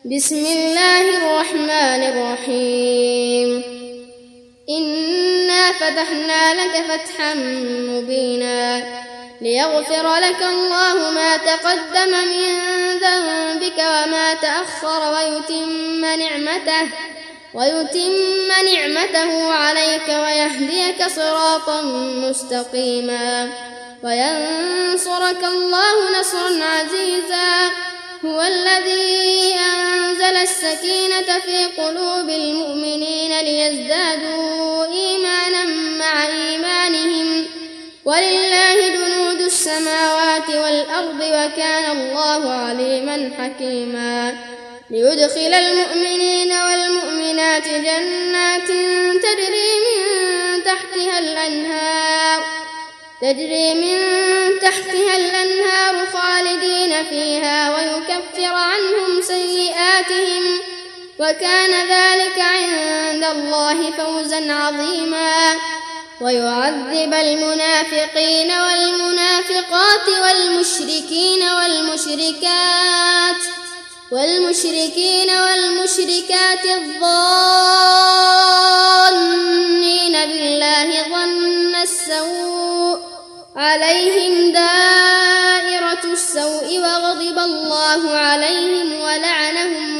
بسم الله الرحمن الرحيم إنا فتحنا لك فتحا مبينا ليغفر لك الله ما تقدم من ذنبك وما تأخر ويتم نعمته عليك ويهديك صراطا مستقيما وينصرك الله نصرا عزيزا هو الذي أنزل السكينة في قلوب المؤمنين ليزدادوا إيمانا مع إيمانهم ولله جنود السماوات والأرض وكان الله عليما حكيما ليدخل المؤمنين والمؤمنات جنات تجري من تحتها الأنهار خالدين فيها ويكفر عنهم سيئاتهم وكان ذلك عند الله فوزا عظيما ويعذب المنافقين والمنافقات والمشركات الظانين بالله ظن السوء عليهم دائرة السوء وغضب الله عليهم ولعنهم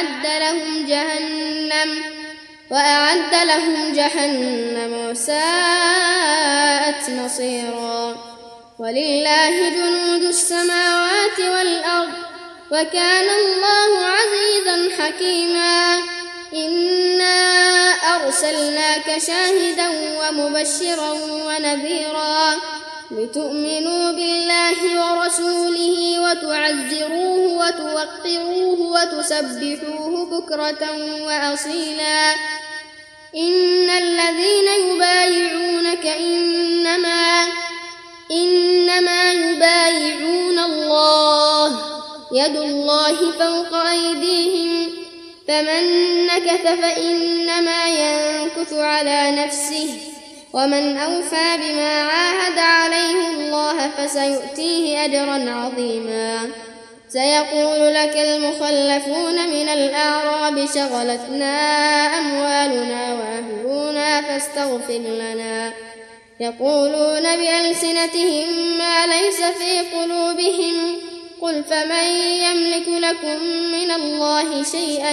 وأعد لهم جهنم وساءت مصيرا ولله جنود السماوات والأرض وكان الله عزيزا حكيما إنا أرسلناك شاهدا ومبشرا ونذيرا لتؤمنوا بالله ورسوله وتعزروه وتوقروه وتسبحوه بكرة وأصيلا إن الذين يبايعونك إنما يبايعون الله يد الله فوق أيديهم فمن نكث فإنما ينكث على نفسه ومن أوفى بما عاهد عليه الله فسيؤتيه أجرا عظيما سيقول لك المخلفون من الأعراب شغلتنا أموالنا وأهلنا فاستغفر لنا يقولون بألسنتهم ما ليس في قلوبهم قل فمن يملك لكم من الله شيئا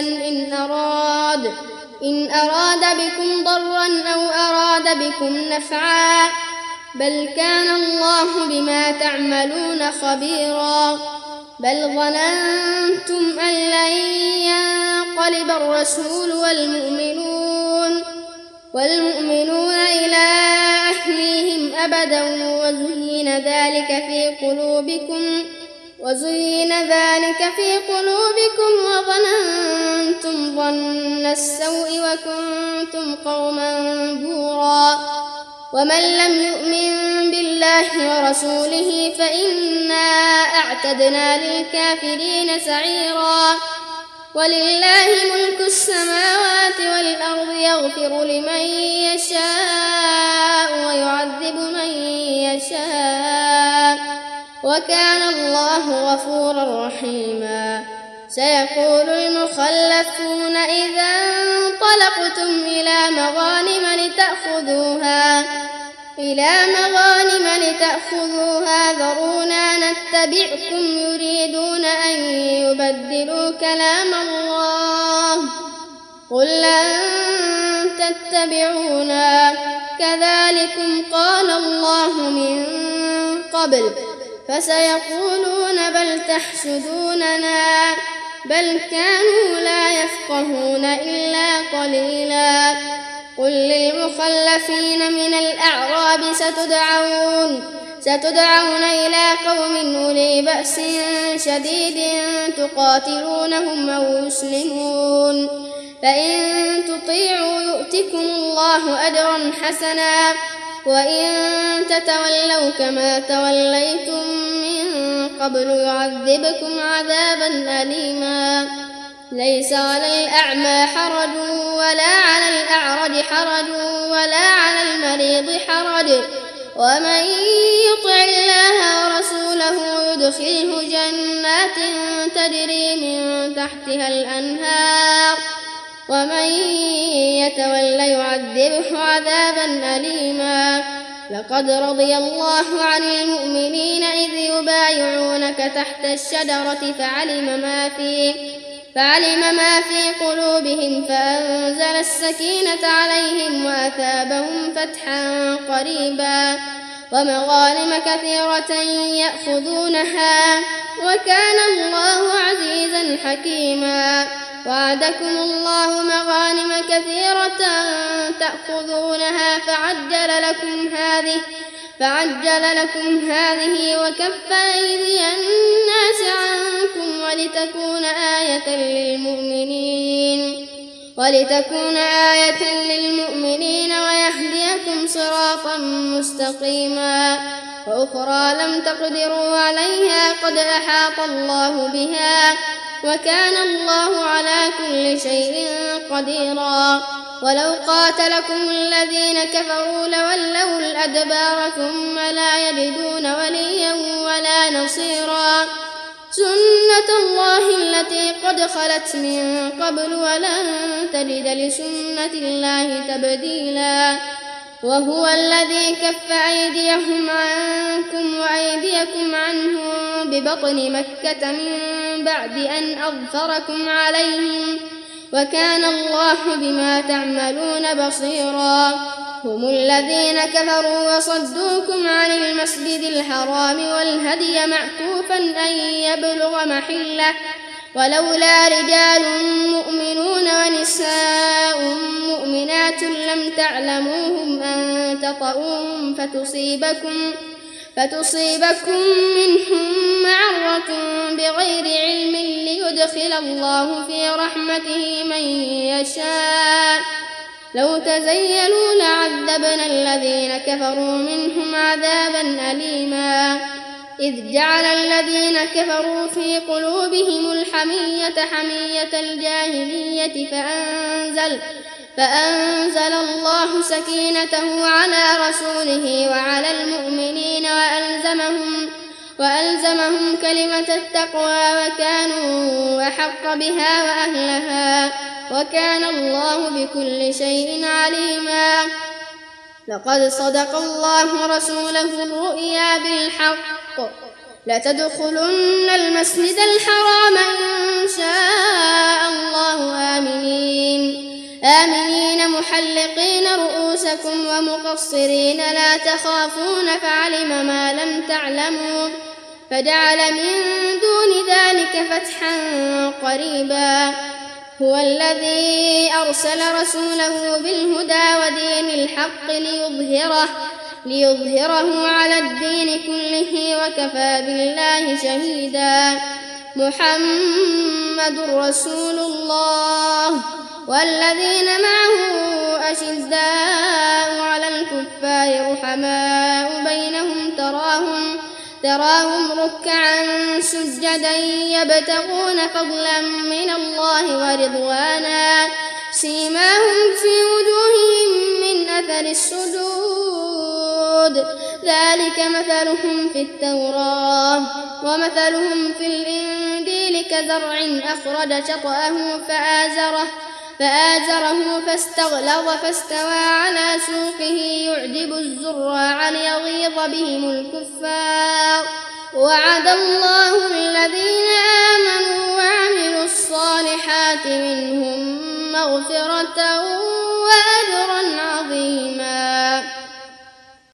إن أراد بكم ضرا أو أراد بكم نفعا بل كان الله بما تعملون خبيرا بل ظننتم أن لن ينقلب الرسول والمؤمنون إلى أهليهم أبدا وزين ذلك في قلوبكم وظننتم ظن السوء وكنتم قوما بورا ومن لم يؤمن بالله ورسوله فإنا أعتدنا للكافرين سعيرا ولله ملك السماوات والأرض يغفر لمن يشاء ويعذب من يشاء وكان الله غفورا رحيما سيقول المخلفون إذا انطلقتم إلى مغانم لتأخذوها ذرونا نتبعكم يريدون أن يبدلوا كلام الله قل لن تتبعونا كذلكم قال الله من قبل فسيقولون بل تحسدوننا بل كانوا لا يفقهون إلا قليلا قل للمخلفين من الأعراب ستدعون إلى قوم أولي بأس شديد تقاتلونهم أو يسلمون فإن تطيعوا يؤتكم الله أجرا حسنا وإن تتولوا كما توليتم من قبل يعذبكم عذابا أليما ليس على الأعمى حرج ولا على الأعرج حرج ولا على المريض حرج ومن يطع الله ورسوله يدخله جنات تجري من تحتها الأنهار ومن يتول يعذبه عذابا أليما. لقد رضي الله عن المؤمنين إذ يبايعونك تحت الشجرة فعلم ما في قلوبهم فأنزل السكينة عليهم وأثابهم فتحا قريبا ومغانم كثيرة يأخذونها وكان الله عزيزا حكيما. وعدكم الله مغانم كثيرة تأخذونها فعجل لكم هذه وكف أيدي الناس عنكم ولتكون آية للمؤمنين ويهديكم صراطا مستقيما. وأخرى لم تقدروا عليها قد أحاط الله بها وكان الله على كل شيء قديرا. ولو قاتلكم الذين كفروا لولوا الأدبار ثم لا يجدون وليا ولا نصيرا. سنة الله التي قد خلت من قبل ولن تجد لسنة الله تبديلا. وهو الذي كف أيديهم عنكم وأيديكم عنهم ببطن مكة من بعد أن أظفركم عليهم وكان الله بما تعملون بصيرا. هم الذين كفروا وصدوكم عن المسجد الحرام والهدي معكوفا أن يبلغ محله ولولا رجال مؤمنون ونساء مؤمنات لم تعلموهم أن تطؤوهم فتصيبكم منهم معرة بغير علم ليدخل الله في رحمته من يشاء. لو تزيلوا لعذبنا الذين كفروا منهم عذابا أليما. إذ جعل الذين كفروا في قلوبهم الحمية حمية الجاهلية فأنزل الله سكينته على رسوله وعلى المؤمنين وألزمهم كلمة التقوى وكانوا أحق بها وأهلها وكان الله بكل شيء عليما. لقد صدق الله رسوله الرؤيا بالحق لتدخلن المسجد الحرام إن شاء الله آمنين محلقين رؤوسكم ومقصرين لا تخافون فعلم ما لم تعلموا فجعل من دون ذلك فتحا قريبا. هو الذي أرسل رسوله بالهدى ودين الحق ليظهره على الدين كله وكفى بالله شهيدا. محمد رسول الله والذين معه أشداء على الكفار رحماء بينهم تراهم ركعا سجدا يبتغون فضلا من الله ورضوانا سيماهم في وجوههم من أثر السجود ذلك مثلهم في التوراة ومثلهم في الإنجيل كزرع أخرج شطأه فآزره فاستغلظ فاستوى على سوقه يعجب الزراع ليغيظ بهم الكفار. وعد الله الذين آمنوا وعملوا الصالحات منهم مغفرة